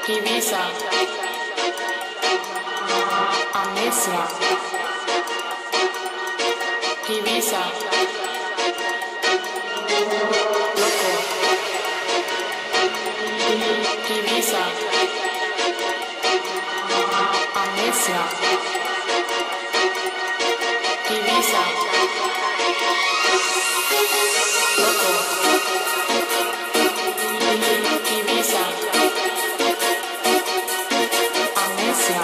Ibiza, amnesia, Ibiza, loco, Ibiza, amnesia, Ibiza, loco, Ibiza, amnesia,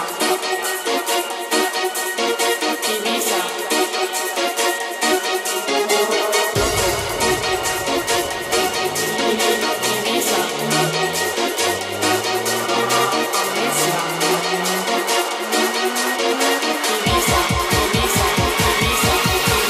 Ibiza, Ibiza, amnesia, Ibiza, Ibiza, Ibiza,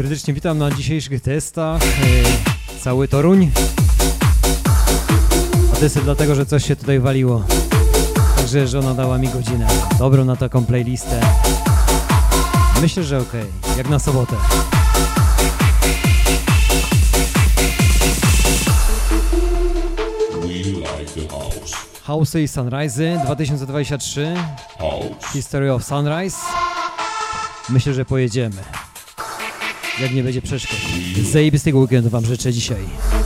Serdecznie witam na dzisiejszych testach. Cały Toruń. A testy dlatego, że coś się tutaj waliło. Także żona dała mi godzinę dobrą na taką playlistę. Myślę, że okej, jak na sobotę. House i Sunrise 2023. History of Sunrise. Myślę, że pojedziemy. Jak nie będzie przeszkód. Zajebistego weekendu wam życzę dzisiaj.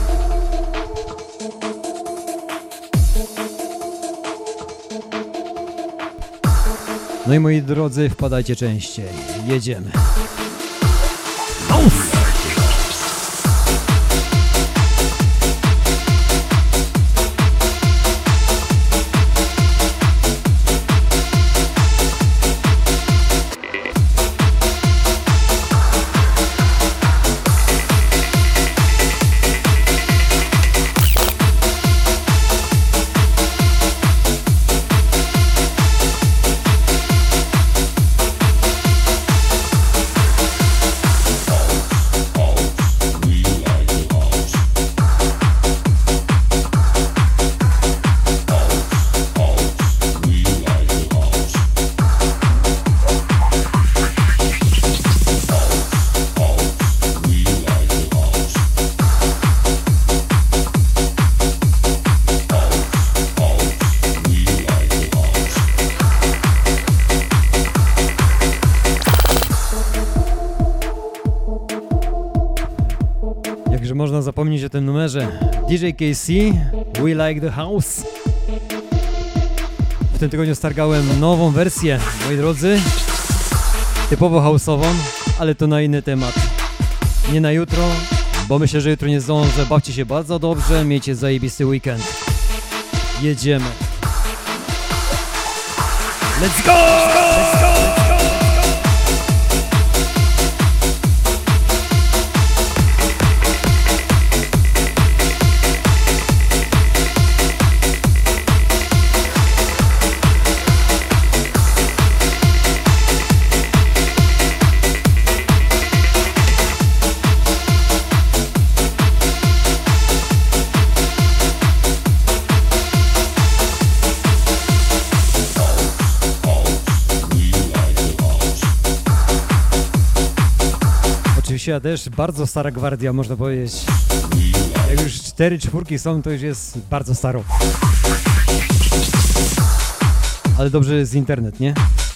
No i moi drodzy, wpadajcie częściej. Jedziemy. House! Można zapomnieć o tym numerze. DJ KC, We Like the House. W tym tygodniu stargałem nową wersję, moi drodzy. Typowo house'ową, ale to na inny temat. Nie na jutro, bo myślę, że jutro nie zdążę. Bawcie się bardzo dobrze, miejcie zajebisty weekend. Jedziemy. Let's go! Let's go! Ja też bardzo stara gwardia, można powiedzieć. Jak już 4-4 są, to już jest bardzo staro. Ale dobrze jest internet, nie?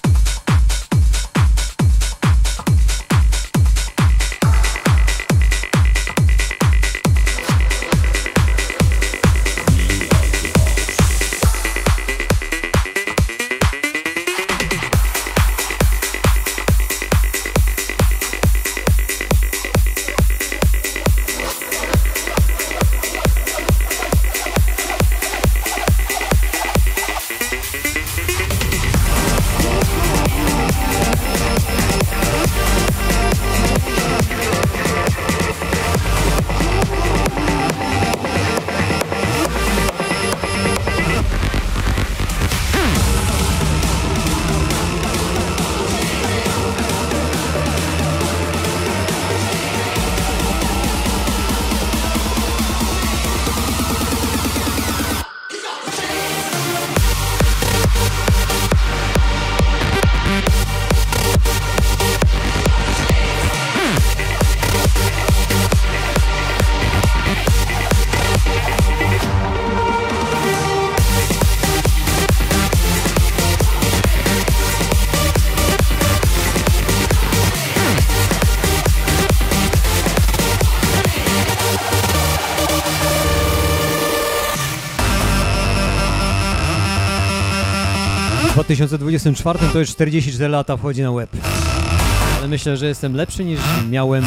W 2024 to już 44 lata wchodzi na łeb. Ale myślę, że jestem lepszy niż miałem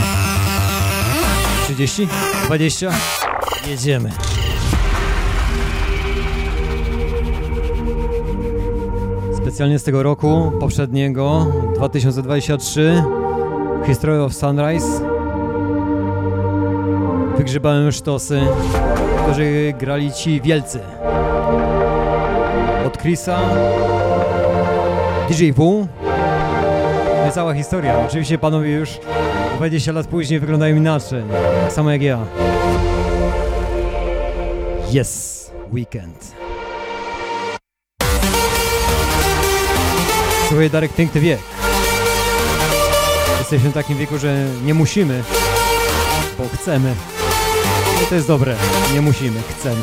30, 20. Jedziemy. Specjalnie z tego roku poprzedniego, 2023, History of Sunrise. Wygrzebałem sztosy, którzy grali ci wielcy. Od Chrisa, DJ W. No i cała historia. Oczywiście panowie już 20 lat później wyglądają inaczej. Tak samo jak ja. Yes, weekend. Słuchaj, Darek, piękny wiek. Jesteśmy w takim wieku, że nie musimy, bo chcemy. I to jest dobre. Nie musimy, chcemy.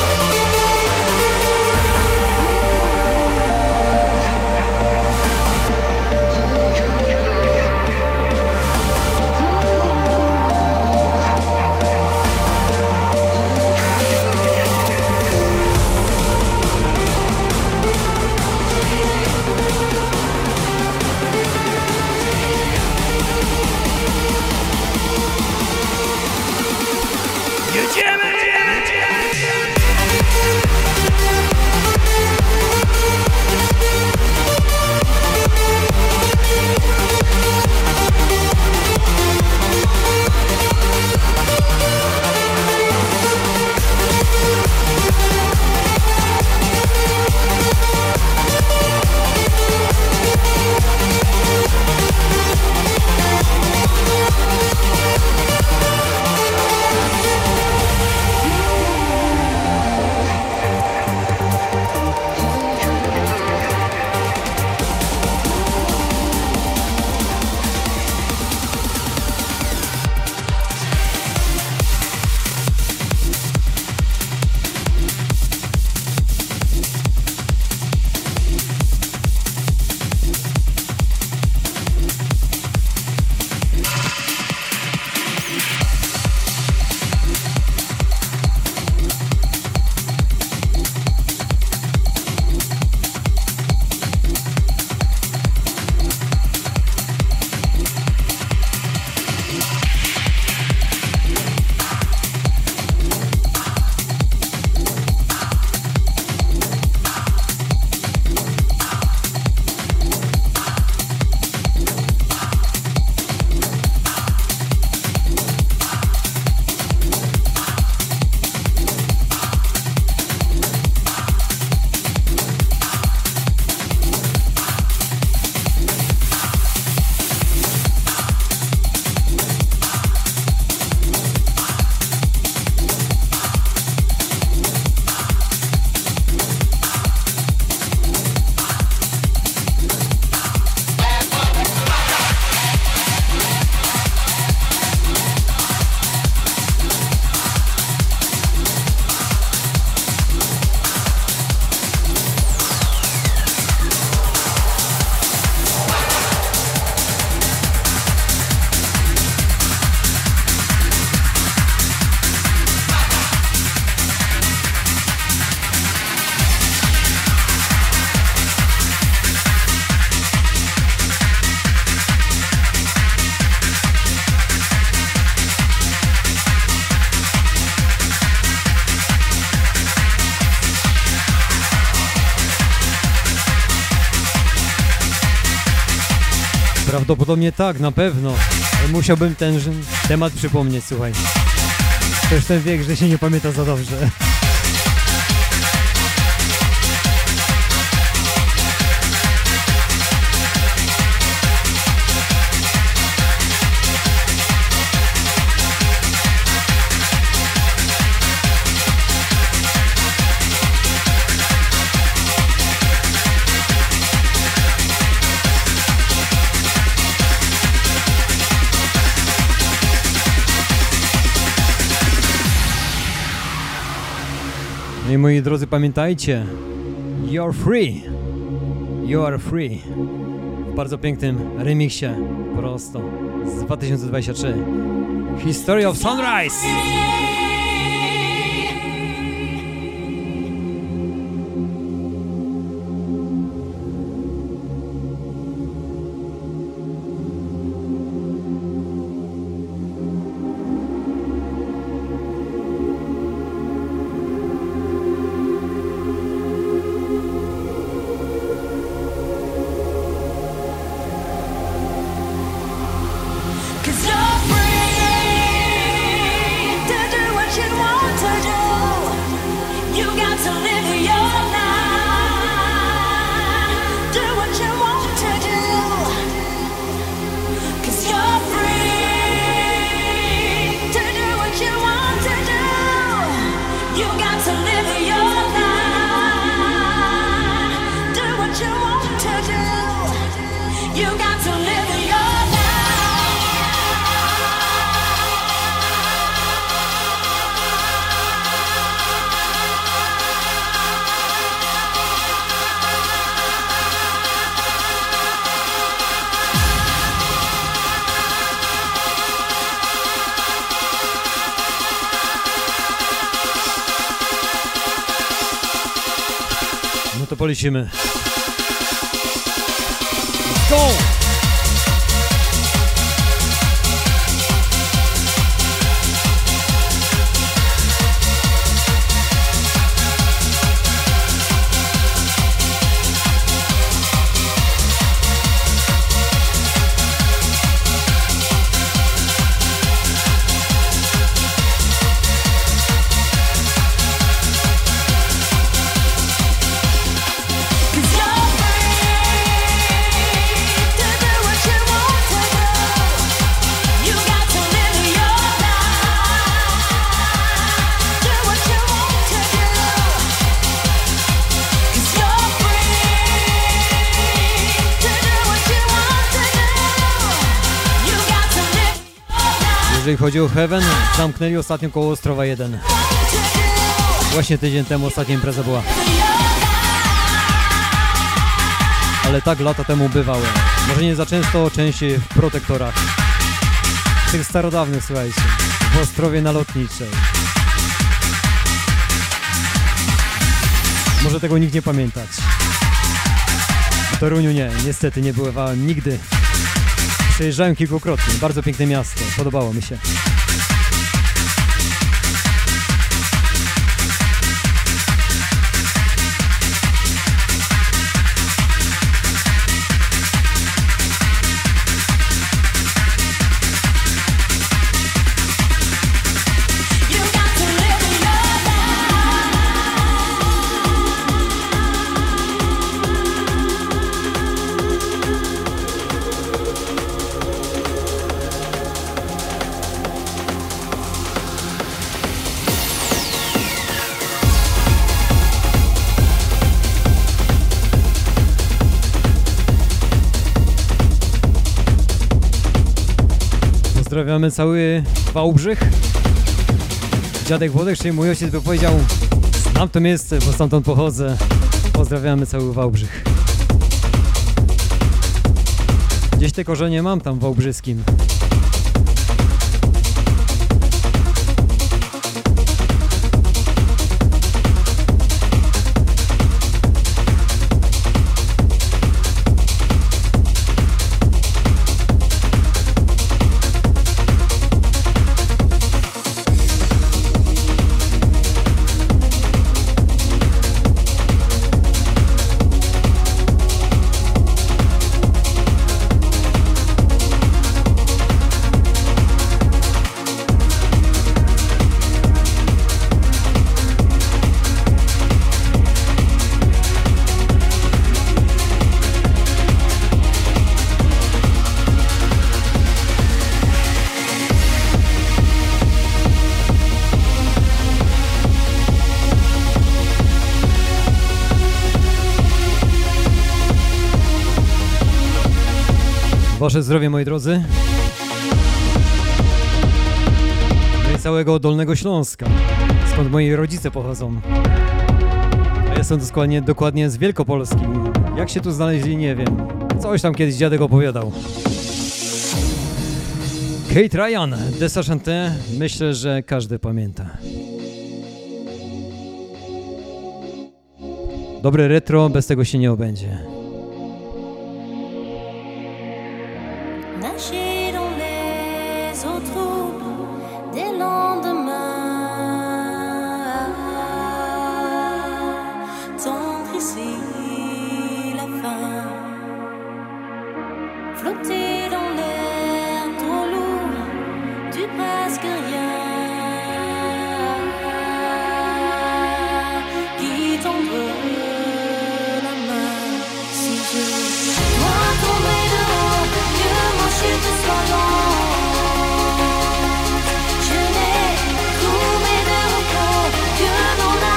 Prawdopodobnie tak, na pewno. Musiałbym ten temat przypomnieć, słuchaj. To już ten wiek, że się nie pamięta za dobrze. I moi drodzy, pamiętajcie, you're free, you are free, w bardzo pięknym remiksie, prosto z 2023, History of Sunrise. Free. polecimy. Let's go! Jeżeli chodzi o Heaven, zamknęli ostatnio koło Ostrowa 1. Właśnie tydzień temu ostatnia impreza była. Ale tak lata temu bywały. Może nie za często, częściej w Protektorach. Tych starodawnych, słuchajcie. W Ostrowie na Lotniczej. Może tego nikt nie pamiętać. W Toruniu nie, niestety nie bywałem nigdy. Przejeżdżałem kilkukrotnie, bardzo piękne miasto, podobało mi się. Pozdrawiamy cały Wałbrzych. Dziadek Włodek, czyli mój ojciec by powiedział: znam to miejsce, bo stamtąd pochodzę. Pozdrawiamy cały Wałbrzych. Gdzieś te korzenie mam tam w wałbrzyskim. Wasze zdrowie, moi drodzy. No i całego Dolnego Śląska, skąd moi rodzice pochodzą. A ja jestem dokładnie z Wielkopolski. Jak się tu znaleźli, nie wiem. Coś tam kiedyś dziadek opowiadał. Kate Ryan, Desachanté, myślę, że każdy pamięta. Dobre retro, bez tego się nie obędzie. Nager dans les eaux troubles des lendemains, tendre ici la fin, flotter dans l'air trop lourd du presque rien, qui tendre la main si je dois tomber de haut, que ma chute soit lente. Je n'ai trouvé de repos que dans la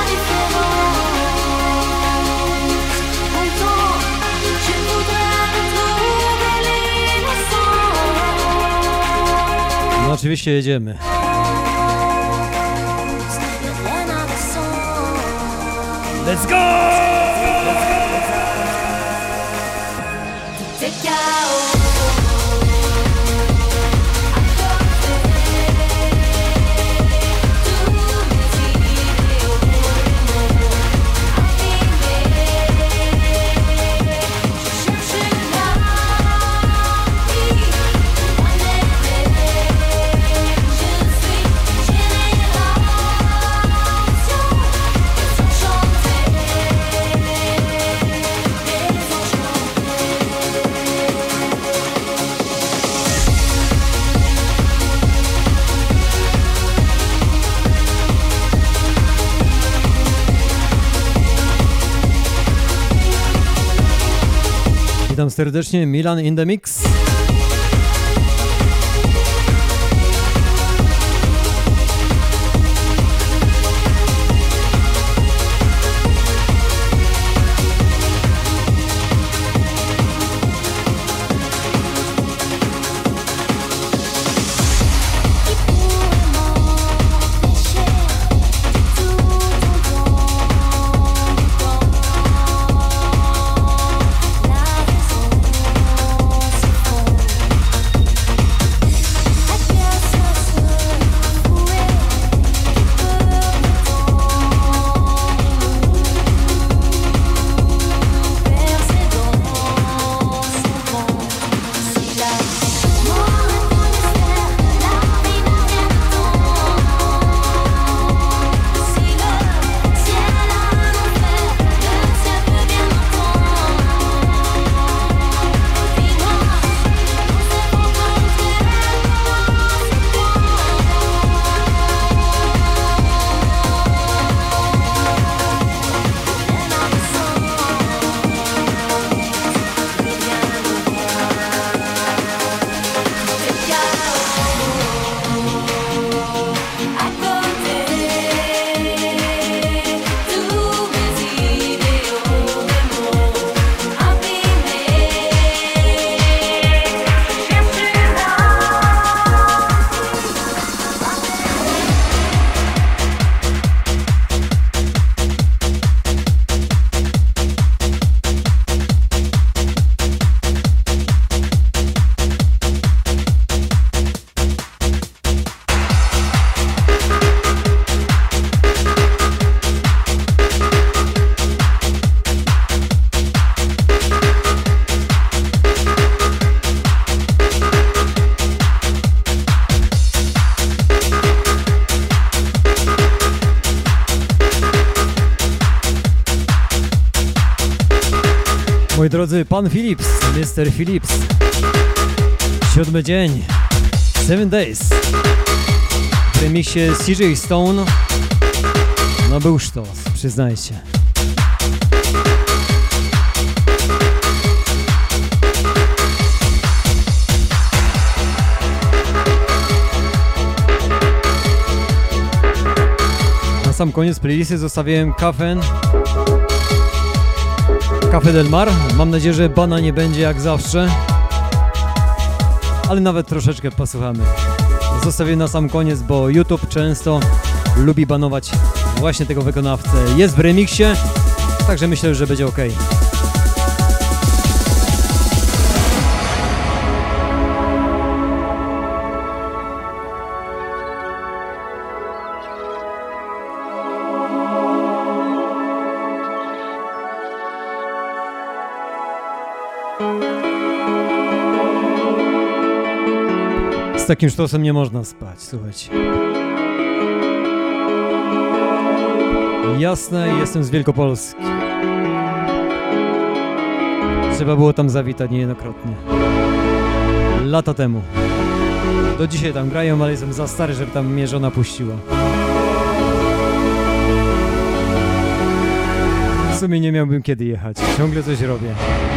différence. Pourtant, je voudrais retrouver l'innocence. No oczywiście jedziemy. Rien n'a de sens. Let's go! Tout est chaos. Tous mes idéaux abîmés. Witam serdecznie, Milan in the mix. Moi drodzy, pan Philips, Mr. Philips. 7 dzień, 7 days. W remiksie CJ Stone. No był sztos, przyznajcie. Na sam koniec playlisty zostawiłem Café del Mar. Mam nadzieję, że bana nie będzie jak zawsze. Ale nawet troszeczkę posłuchamy. Zostawię na sam koniec, bo YouTube często lubi banować właśnie tego wykonawcę. Jest w remiksie, także myślę, że będzie ok. Z takim sztosem nie można spać, słuchajcie. Jasne, jestem z Wielkopolski. Trzeba było tam zawitać niejednokrotnie. Lata temu. Do dzisiaj tam grają, ale jestem za stary, żeby tam mnie żona puściła. W sumie nie miałbym kiedy jechać. Ciągle coś robię.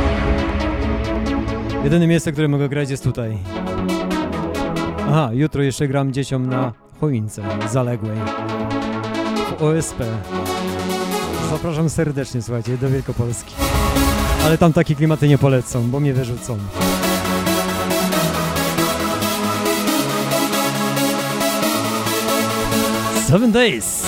Jedyne miejsce, które mogę grać, jest tutaj. Aha, jutro jeszcze gram dzieciom na choince zaległej w OSP. Zapraszam serdecznie, słuchajcie, do Wielkopolski. Ale tam takie klimaty nie polecą, bo mnie wyrzucą. Seven days!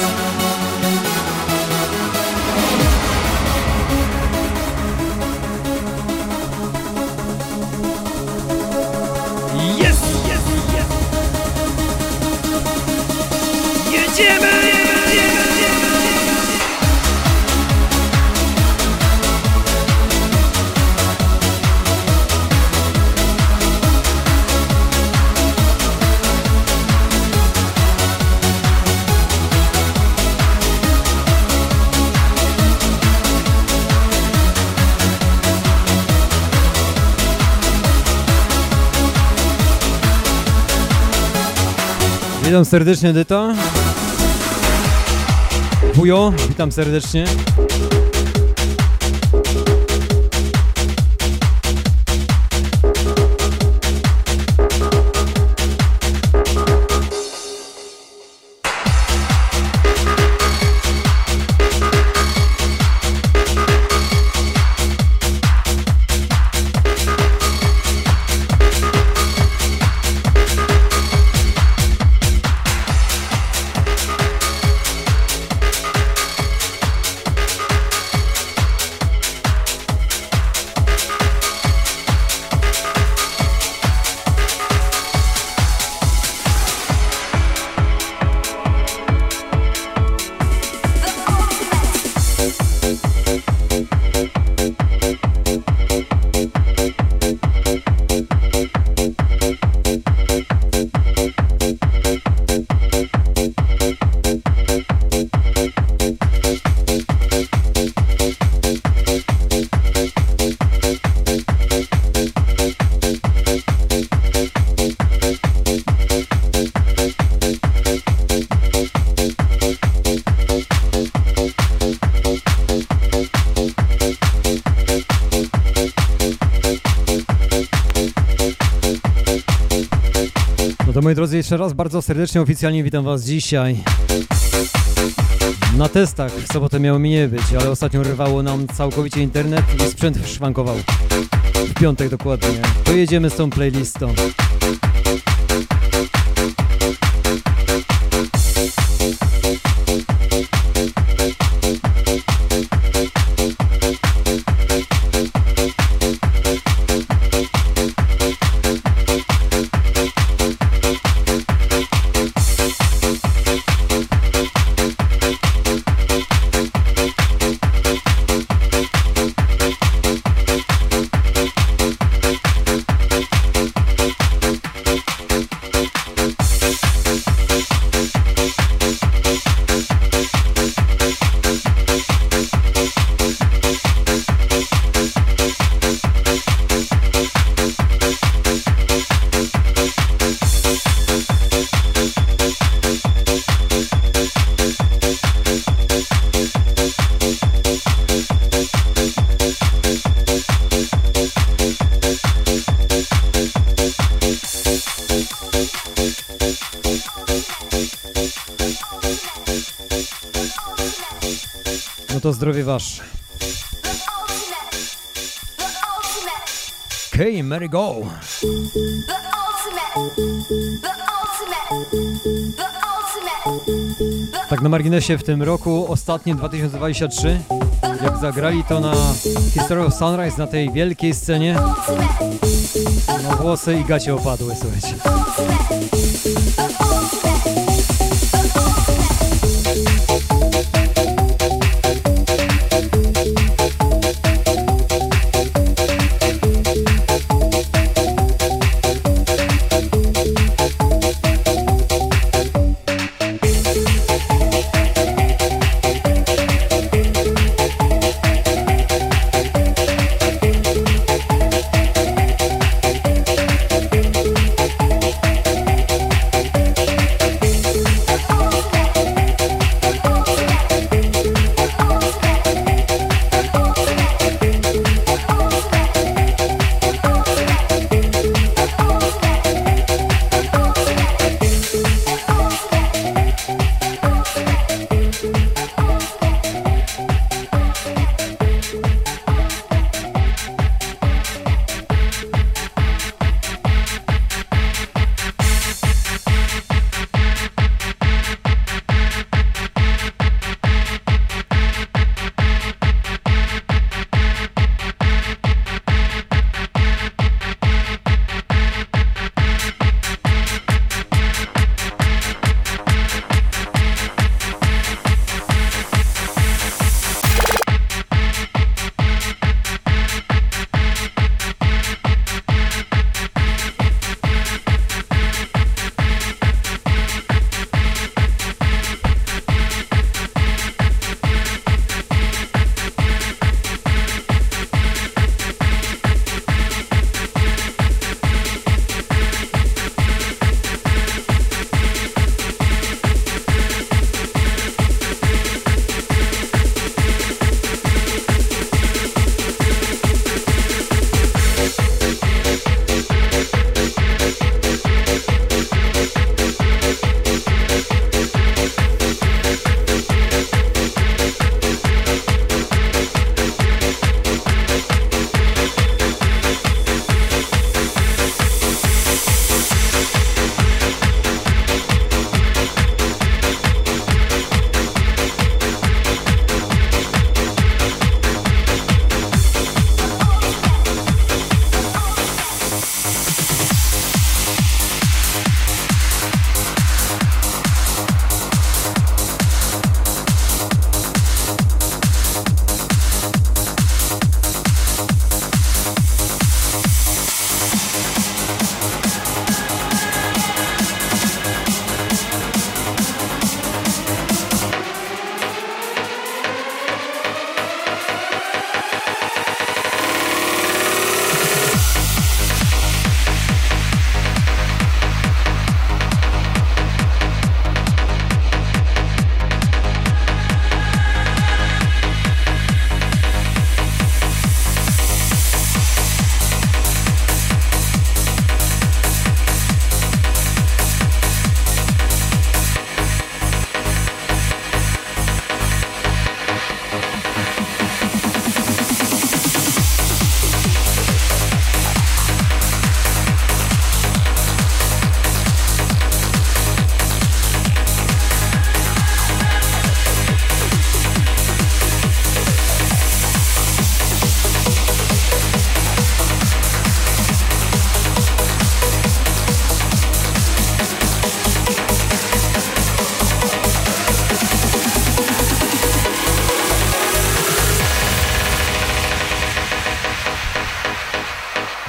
Witam serdecznie, Edyta. Wujo, witam serdecznie. To moi drodzy, jeszcze raz bardzo serdecznie, oficjalnie witam Was dzisiaj. Na testach w sobotę miało mi nie być, ale ostatnio rywało nam całkowicie internet i sprzęt szwankował. W piątek dokładnie. To jedziemy z tą playlistą. No to zdrowie wasze. Okay, Mary go. Tak na marginesie, w tym roku, ostatnim 2023, jak zagrali to na History of Sunrise, na tej wielkiej scenie, no włosy i gacie opadły, słuchajcie.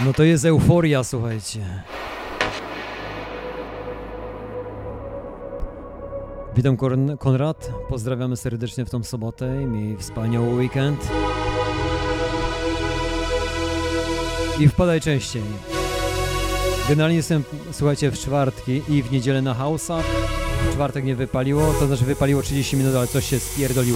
No to jest euforia, słuchajcie. Witam Konrad, pozdrawiamy serdecznie w tą sobotę, miej wspaniały weekend. I wpadaj częściej. Generalnie jestem, słuchajcie, w czwartki i w niedzielę na house'ach. W czwartek nie wypaliło, to znaczy wypaliło 30 minut, ale coś się spierdoliło.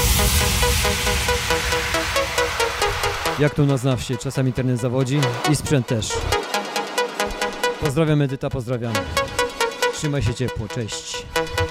Jak tu nas na wsi, czasem internet zawodzi i sprzęt też. Pozdrawiam Edyta, pozdrawiam. Trzymaj się ciepło, cześć.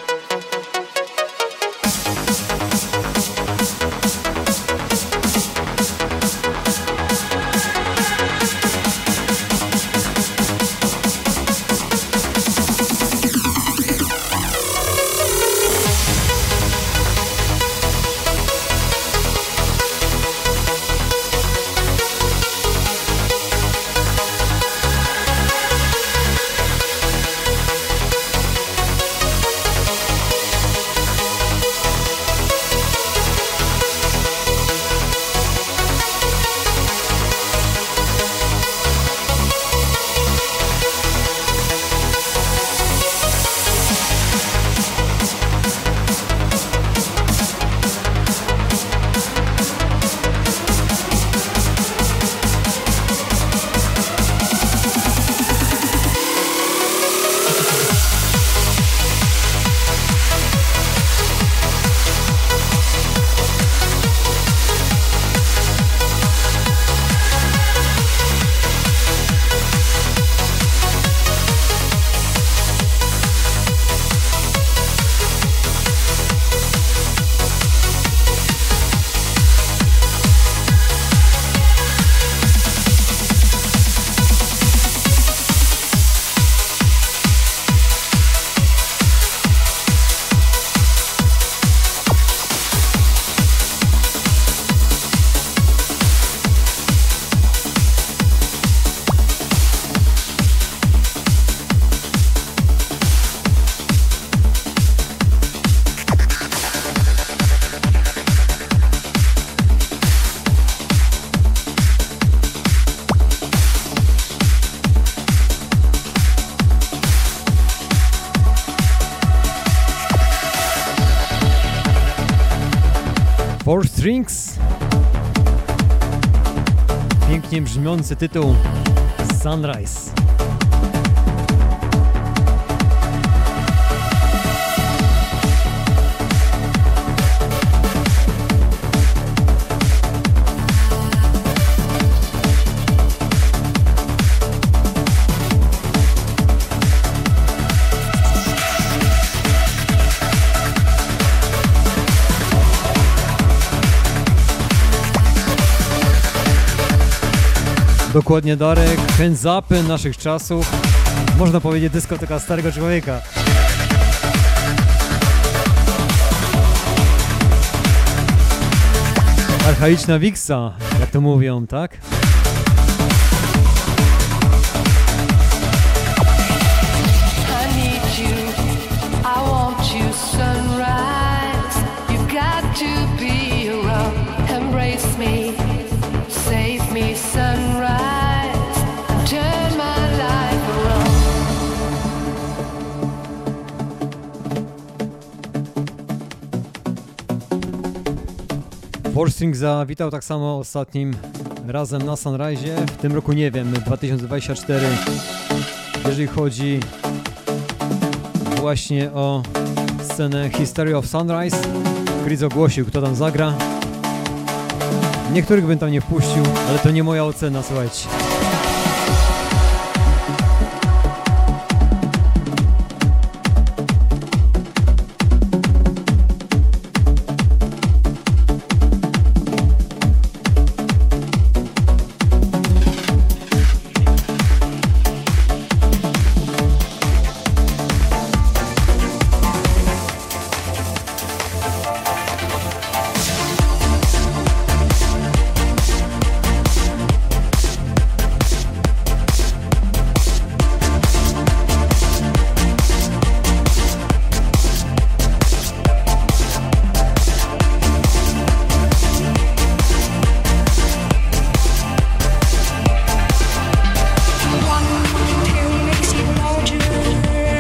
Four Strings. Pięknie brzmiący tytuł Sunrise. Dokładnie, Darek, hands upy naszych czasów. Można powiedzieć dyskoteka starego człowieka. Archaiczna wiksa, jak to mówią, tak? I need you, I want you, sunrise. You got to be around, embrace me, save me, sunrise, turn my life around. Four Strings zawitał tak samo ostatnim razem na Sunrise. W tym roku nie wiem, 2024, jeżeli chodzi właśnie o scenę History of Sunrise. Chris ogłosił, kto tam zagra. Niektórych bym tam nie wpuścił, ale to nie moja ocena, słuchajcie.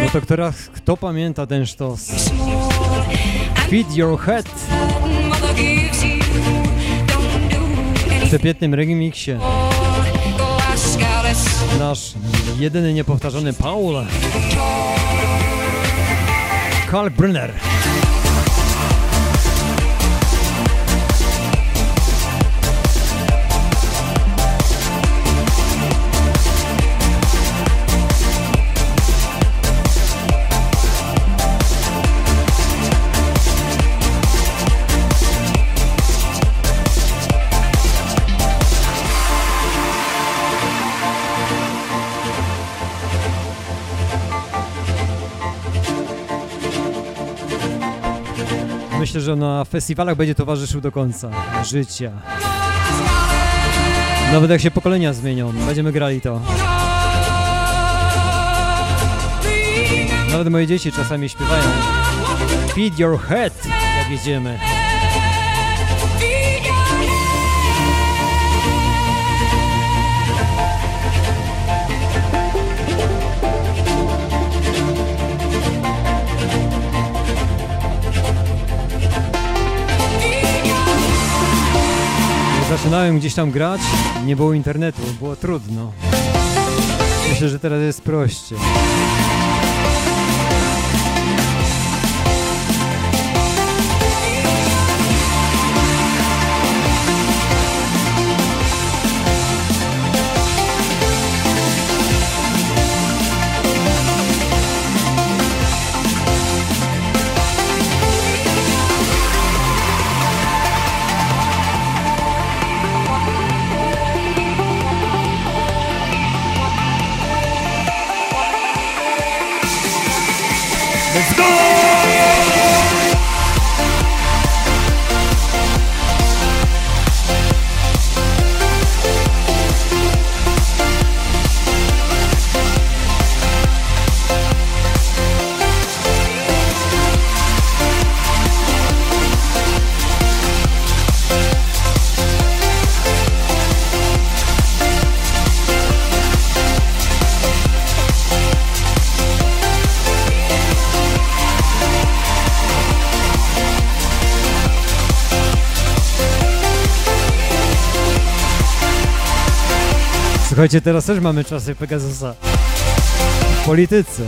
No to kto pamięta ten sztos? Feed Your Head w przepięknym remiksie. Nasz jedyny niepowtarzany Paul Kalkbrenner. Myślę, że na festiwalach będzie towarzyszył do końca życia. Nawet jak się pokolenia zmienią, będziemy grali to. Nawet moje dzieci czasami śpiewają Feed Your Head, jak jedziemy. Zaczynałem gdzieś tam grać, nie było internetu, było trudno. Myślę, że teraz jest prościej. Let's go! Słuchajcie, teraz też mamy czasy Pegasusa w polityce.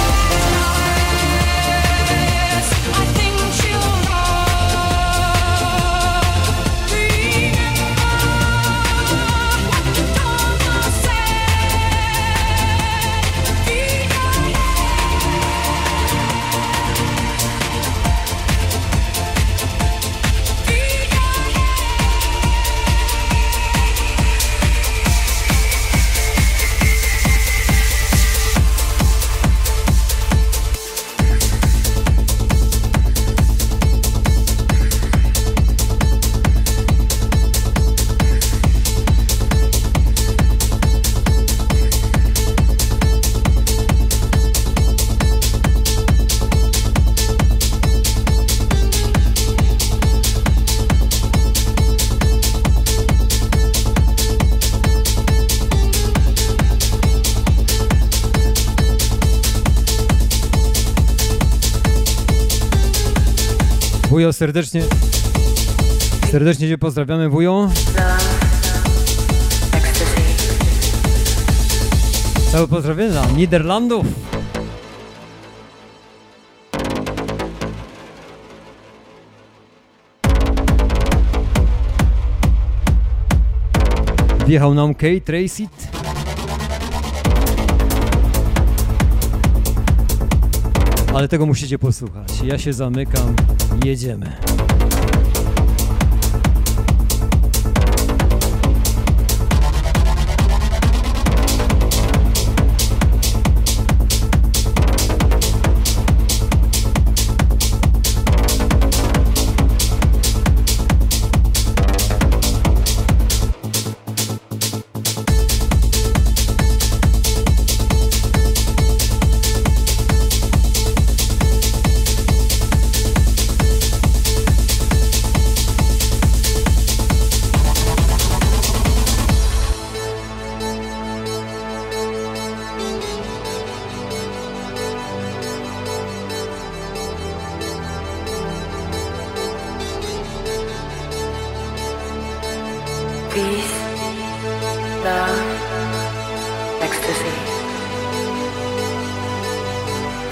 Wujo, serdecznie Cię pozdrawiamy, wujo. Całe pozdrowienia z Niderlandów. Wjechał nam Kate Tracy. Ale tego musicie posłuchać. Ja się zamykam. Jedziemy.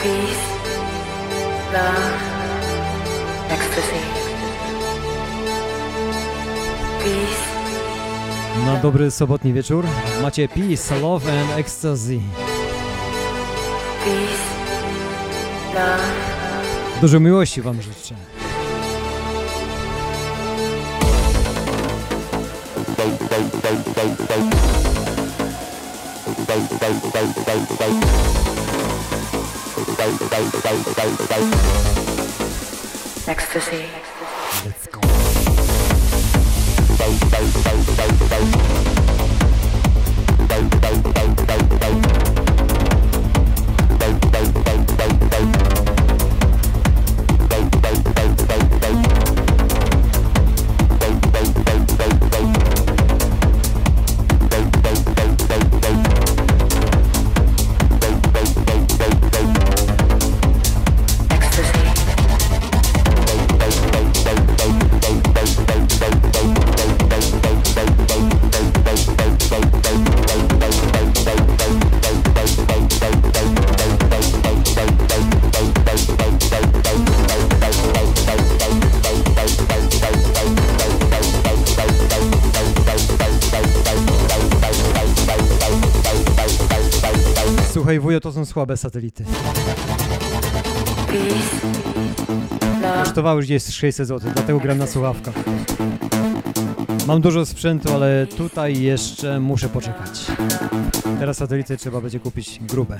Peace, love, ecstasy. Peace, Na dobry sobotni wieczór macie Peace, Love and Ecstasy. peace, love, Dużo miłości wam życzę. ecstasy. Let's go. Słuchaj wujo, to są słabe satelity. Peace, love, Kosztowały już gdzieś 600 zł, dlatego gram na słuchawkach. Mam dużo sprzętu, ale tutaj jeszcze muszę poczekać. Teraz satelity trzeba będzie kupić grube.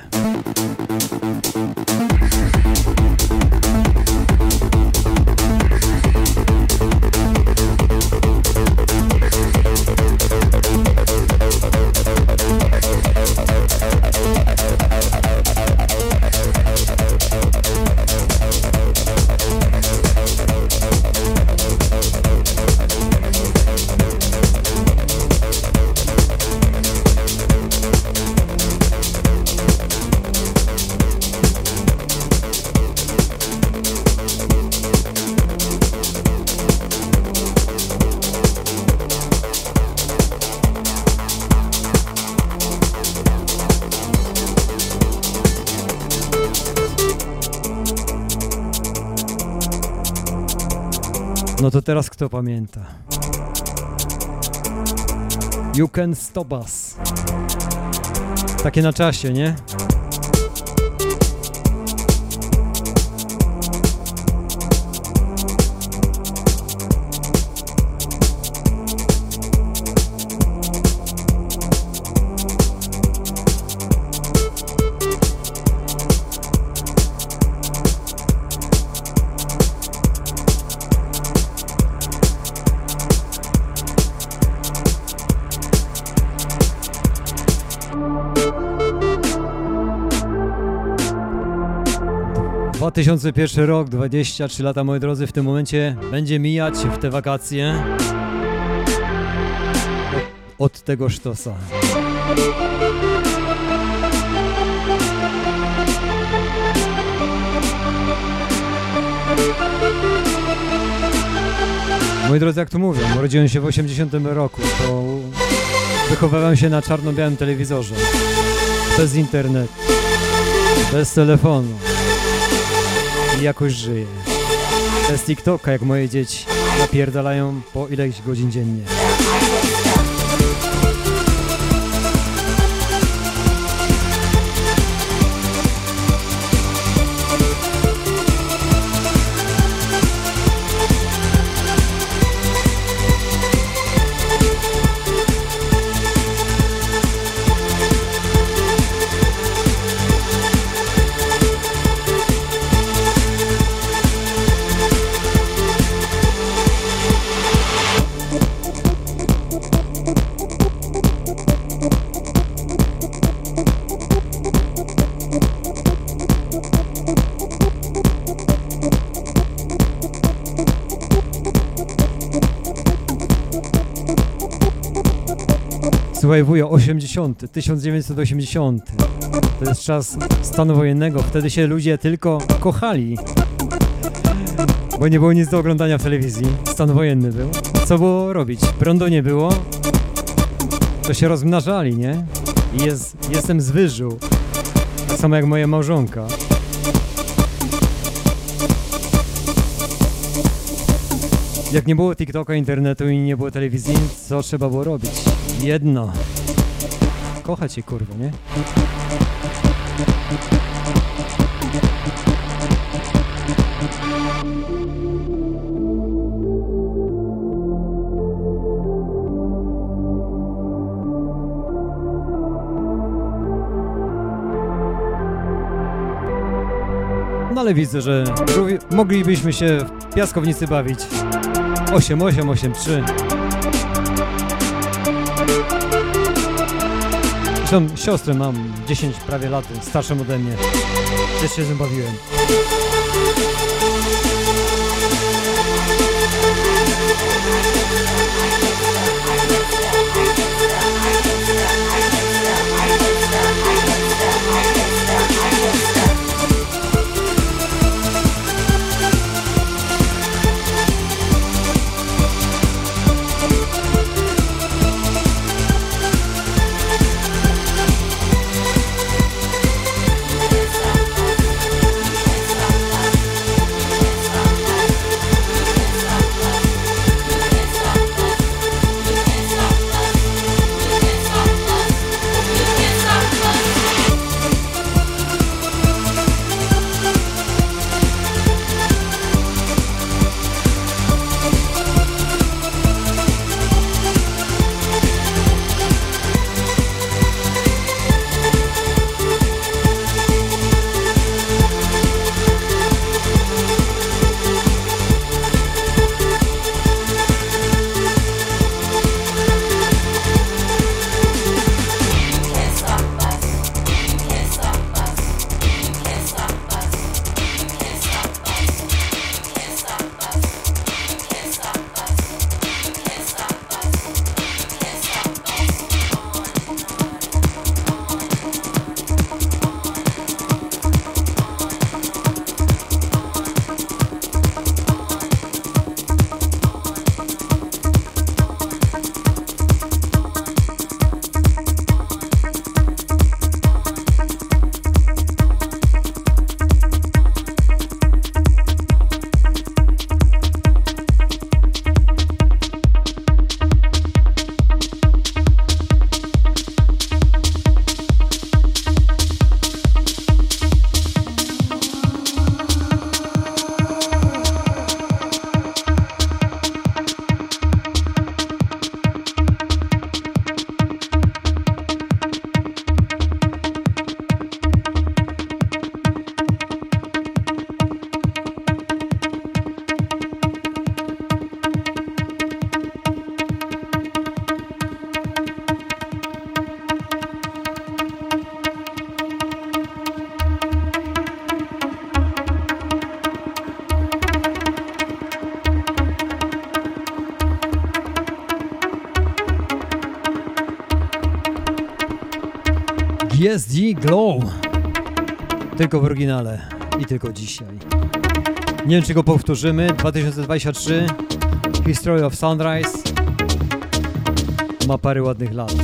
No to teraz kto pamięta? You Can Stop Us. Takie na czasie, nie? Dwa 2001 rok, 23 lata, moi drodzy, w tym momencie będzie mijać w te wakacje od tego sztosa. Moi drodzy, jak tu mówią, urodziłem się w 80 roku, to wychowywałem się na czarno-białym telewizorze, bez internetu, bez telefonu. I jakoś żyję. Bez TikToka, jak moje dzieci napierdalają po ileś godzin dziennie. Słuchaj wujo, 1980. To jest czas stanu wojennego, wtedy się ludzie tylko kochali. Bo nie było nic do oglądania w telewizji, stan wojenny był. Co było robić? Prądu nie było, to się rozmnażali, nie? I jestem z Wyżu, tak samo jak moja małżonka. Jak nie było TikToka, internetu i nie było telewizji, co trzeba było robić? Jedno. Kochać się, kurwa, nie? No ale widzę, że moglibyśmy się w piaskownicy bawić. 8-8-8-3. Zresztą siostrę mam 10 prawie lat, starszą ode mnie. Też się z tym bawiłem. GSD Glow. Tylko w oryginale i tylko dzisiaj. Nie wiem, czy go powtórzymy. 2023 History of Sunrise ma parę ładnych lat.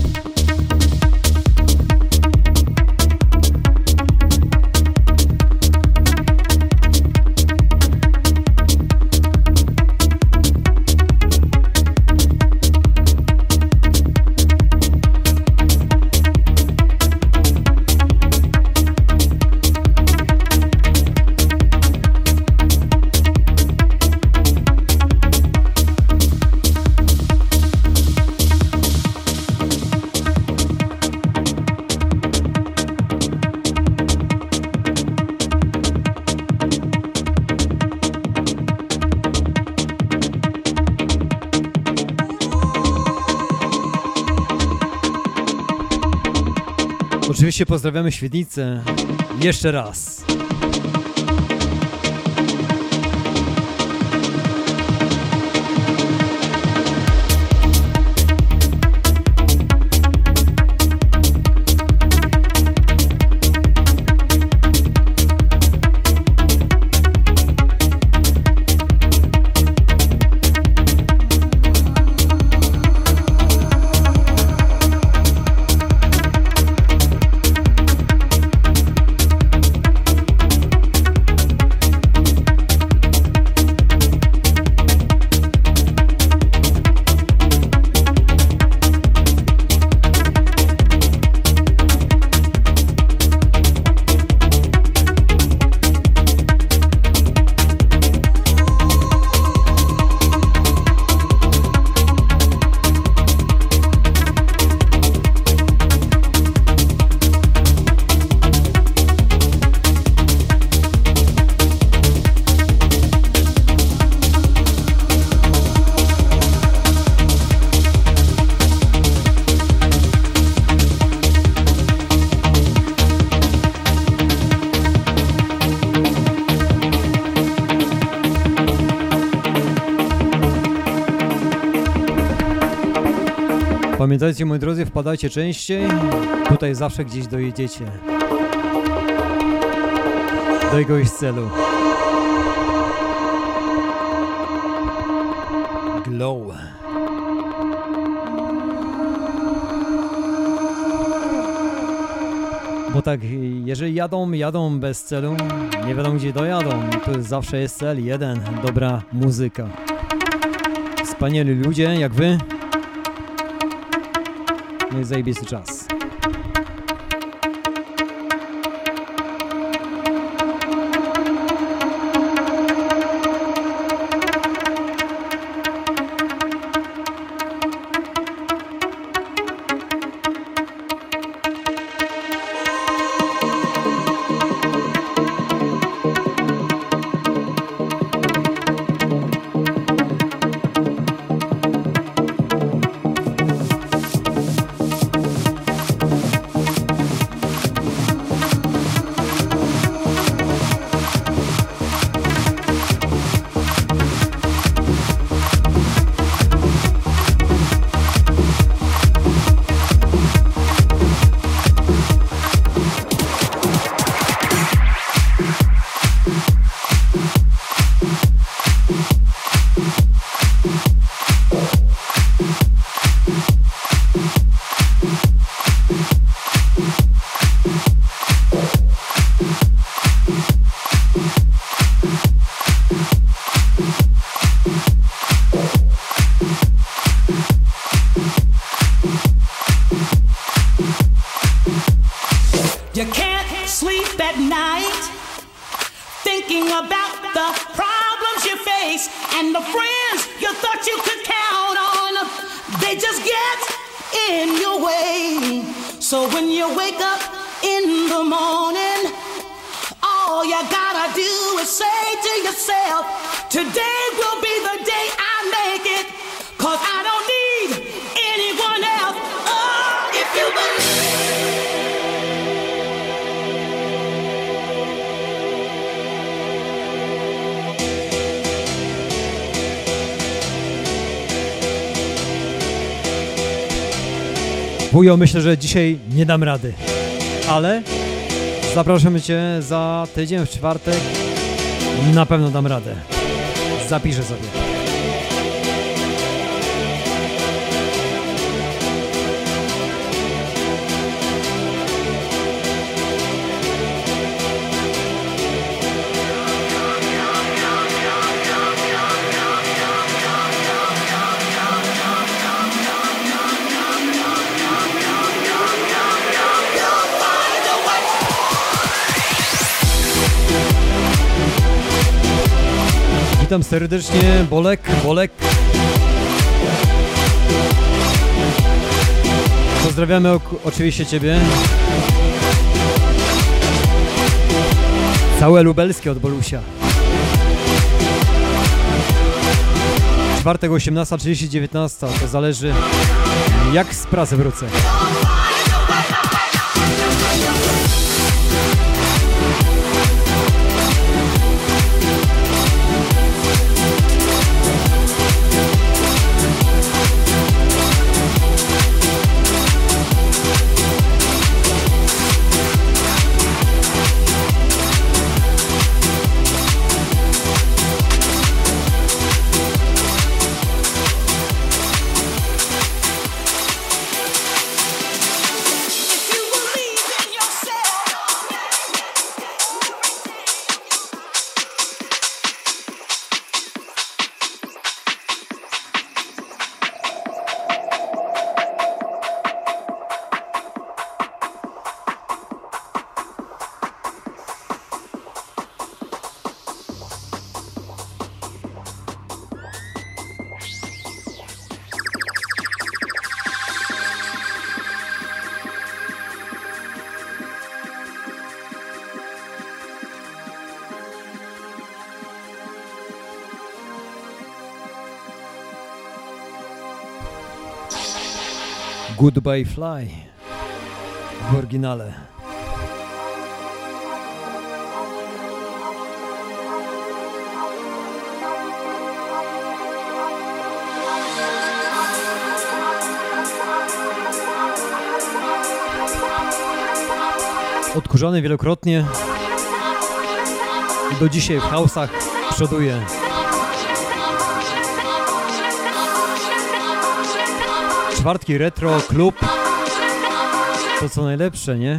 Oczywiście pozdrawiamy Świdnicę jeszcze raz. Pamiętajcie, moi drodzy, wpadajcie częściej. Tutaj zawsze gdzieś dojedziecie. Do jakiegoś celu. Glow. Bo tak, jeżeli jadą bez celu, nie wiadomo gdzie dojadą, to zawsze jest cel jeden, dobra muzyka. Wspaniali ludzie, jak wy. No i zajebisty czas. You can't sleep at night thinking about the problems you face and the friends you thought you could count on. They just get in your way. So when you wake up in the morning, all you gotta do is say to yourself, today will be the day I make it, 'cause I don't need anyone else. Oh, if you believe. Wujo, myślę, że dzisiaj nie dam rady, ale zapraszamy Cię za tydzień w czwartek. Na pewno dam radę. Zapiszę sobie. Witam serdecznie, Bolek. Pozdrawiamy oczywiście Ciebie. Całe lubelskie od Bolusia. Czwartek 18:30, 19, to zależy jak z pracy wrócę. Goodbye Fly w oryginale. odkurzany wielokrotnie i do dzisiaj w house'ach przoduje. Czwartki retro, klub, to co najlepsze, nie?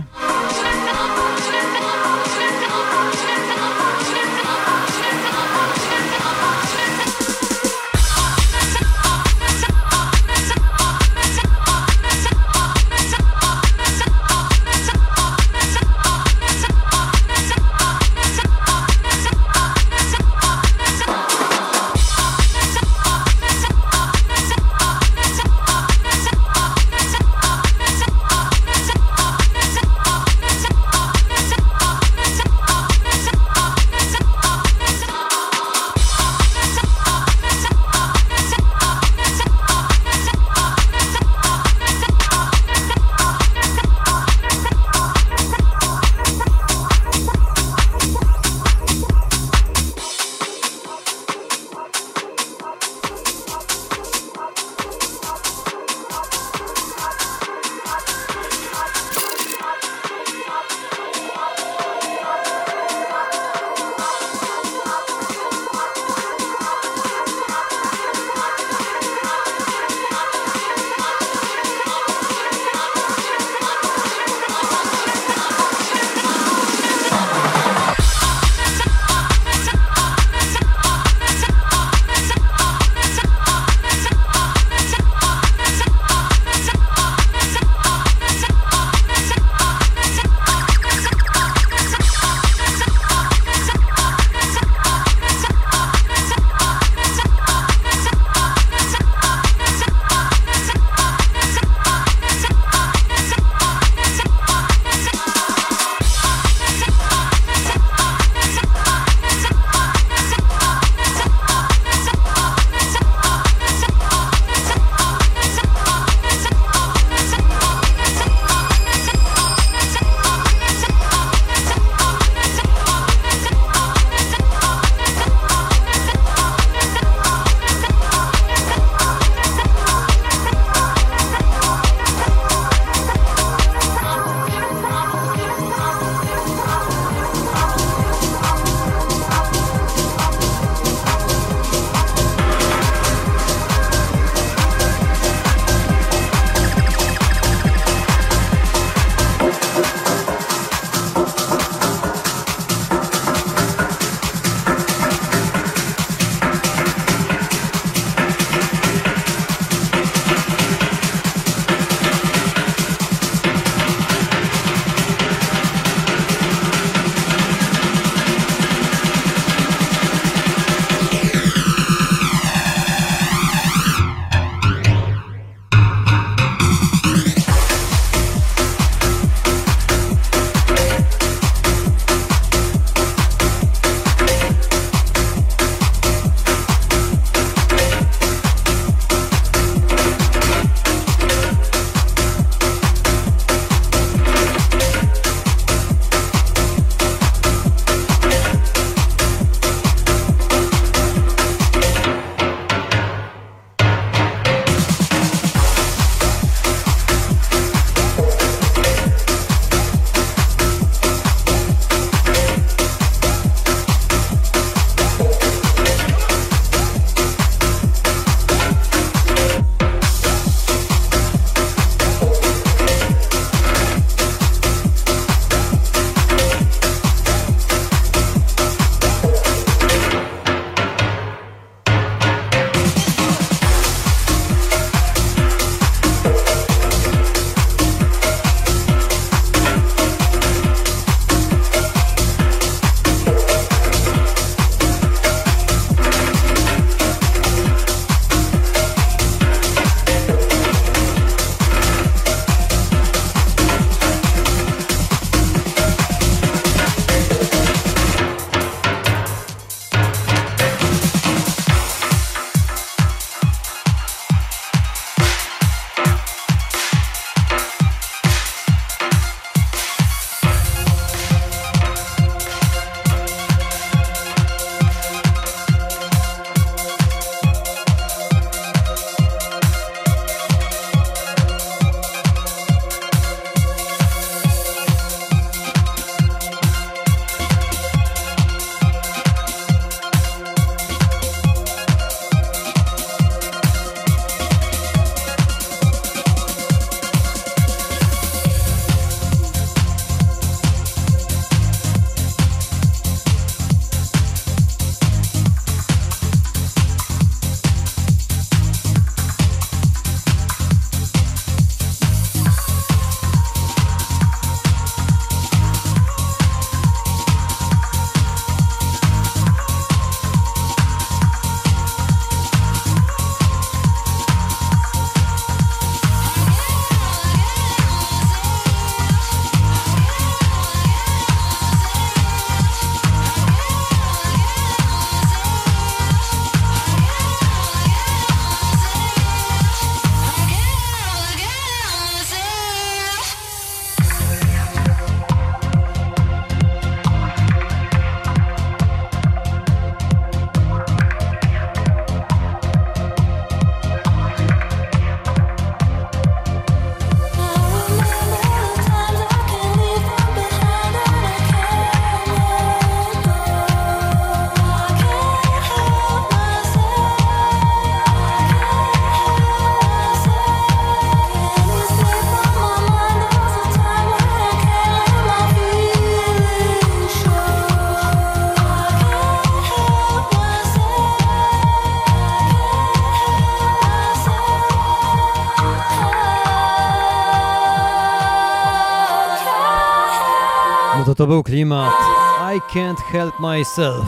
Co to był klimat? I can't help myself.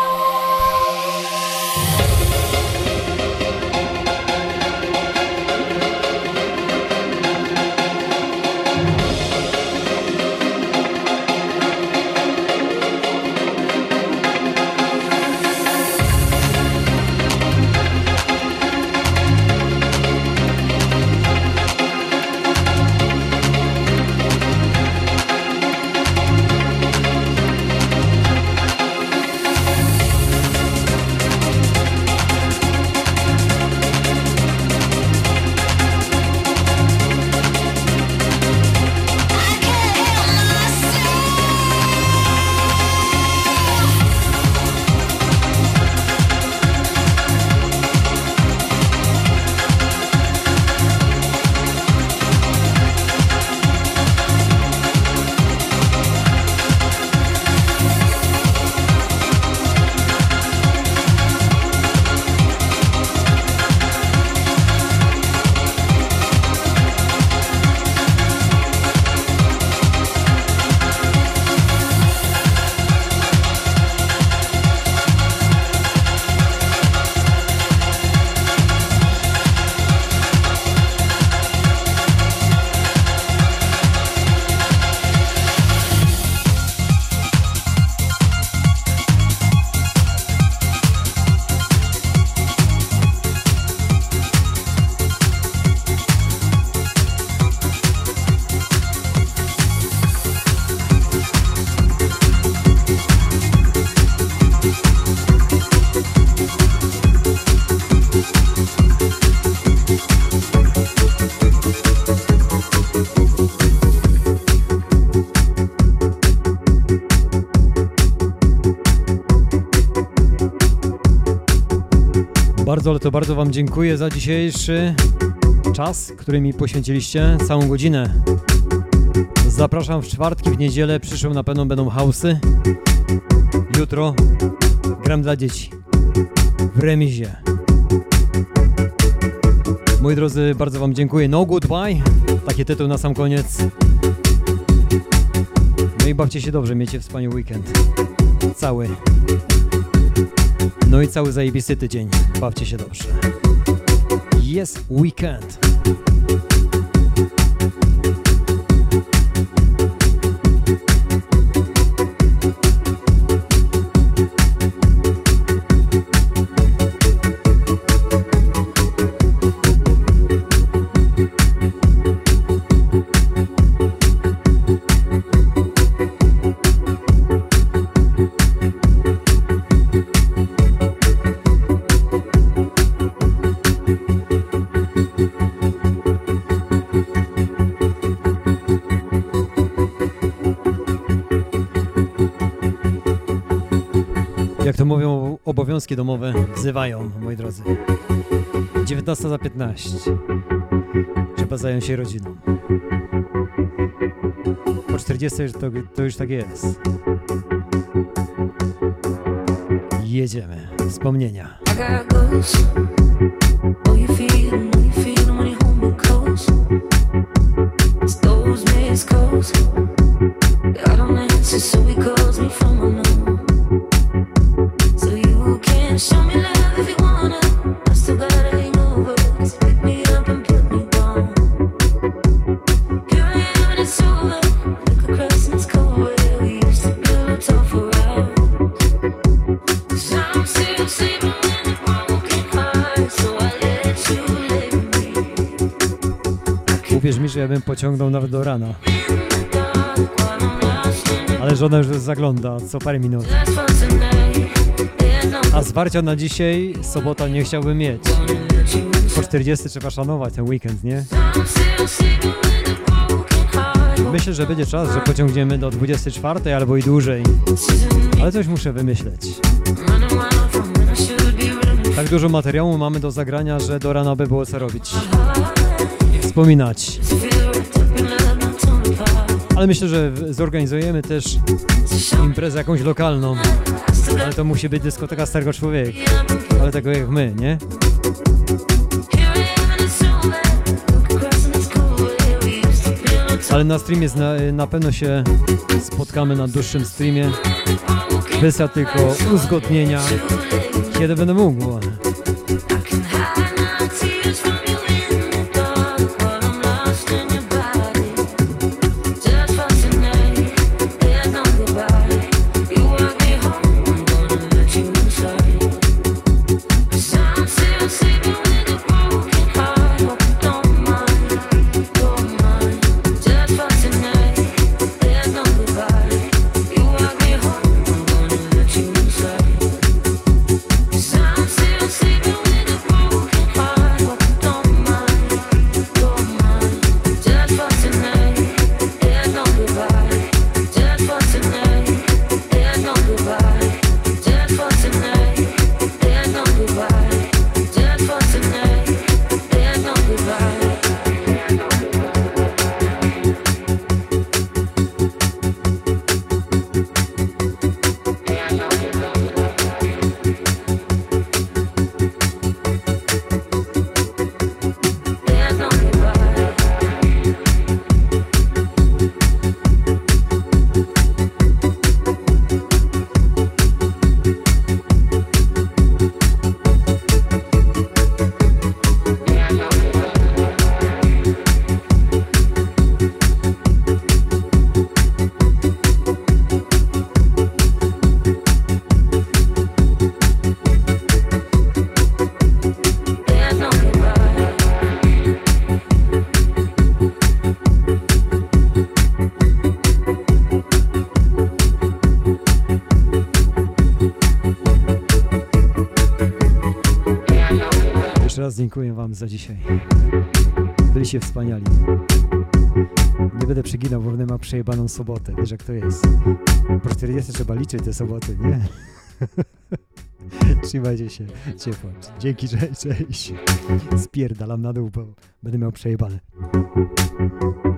Bardzo, ale to bardzo Wam dziękuję za dzisiejszy czas, który mi poświęciliście, całą godzinę. Zapraszam w czwartki, w niedzielę, przyszłą na pewno będą house'y. Jutro gram dla dzieci w remizie. Moi drodzy, bardzo Wam dziękuję. No goodbye, taki tytuł na sam koniec. No i bawcie się dobrze, miejcie wspaniały weekend. Cały. No i cały zajebisty tydzień. Bawcie się dobrze. Jest weekend. Jak to mówią, obowiązki domowe wzywają, moi drodzy. 19:15. Trzeba zająć się rodziną. Po 40 to już tak jest. Jedziemy. Wspomnienia. I got ghosts. Oh, you feelin' when you hold me close. It's those missed calls. I don't answer, so he calls me from unknown. So you can show me love if you wanna. I still gotta hang over. So pick me up and put me down. Here I am and it's over. Like a crescent's cold where we used to build a tough for hours. 'Cause I'm still sleeping with a broken heart. So I let you live me. Uwierz mi, że ja bym pociągnął nawet do rana. In the dark while I'm lost in the Ale żona już zagląda co parę minut. last for tonight. There's no A zwarcia na dzisiaj, sobota, nie chciałbym mieć. let you Po 40 trzeba szanować ten weekend, nie? I'm still sleeping with a broken heart. Myślę, że będzie czas, że pociągniemy do 24 albo i dłużej. Ale coś muszę wymyśleć. Running wild from when I should be running. Tak dużo materiału mamy do zagrania, że do rana by było co robić. Wspominać. Feel wrapped up in love, not torn apart. Ale myślę, że zorganizujemy też imprezę jakąś lokalną. I still got Ale to musi być dyskoteka Starego Człowieka. Ale tego jak my, nie? here I am and it's over. Look across and it's cool where we used to build a Ale na streamie na pewno się spotkamy na dłuższym streamie. Kwestia tylko uzgodnienia, kiedy będę mógł. Jeszcze raz dziękuję wam za dzisiaj. Byliście wspaniali. Nie będę przeginał, bo będę miał przejebaną sobotę. Wiesz jak to jest. Po 40 trzeba liczyć te soboty, nie? Trzymajcie się ciepło. Dzięki, cześć. Spierdalam na dół, bo będę miał przejebane.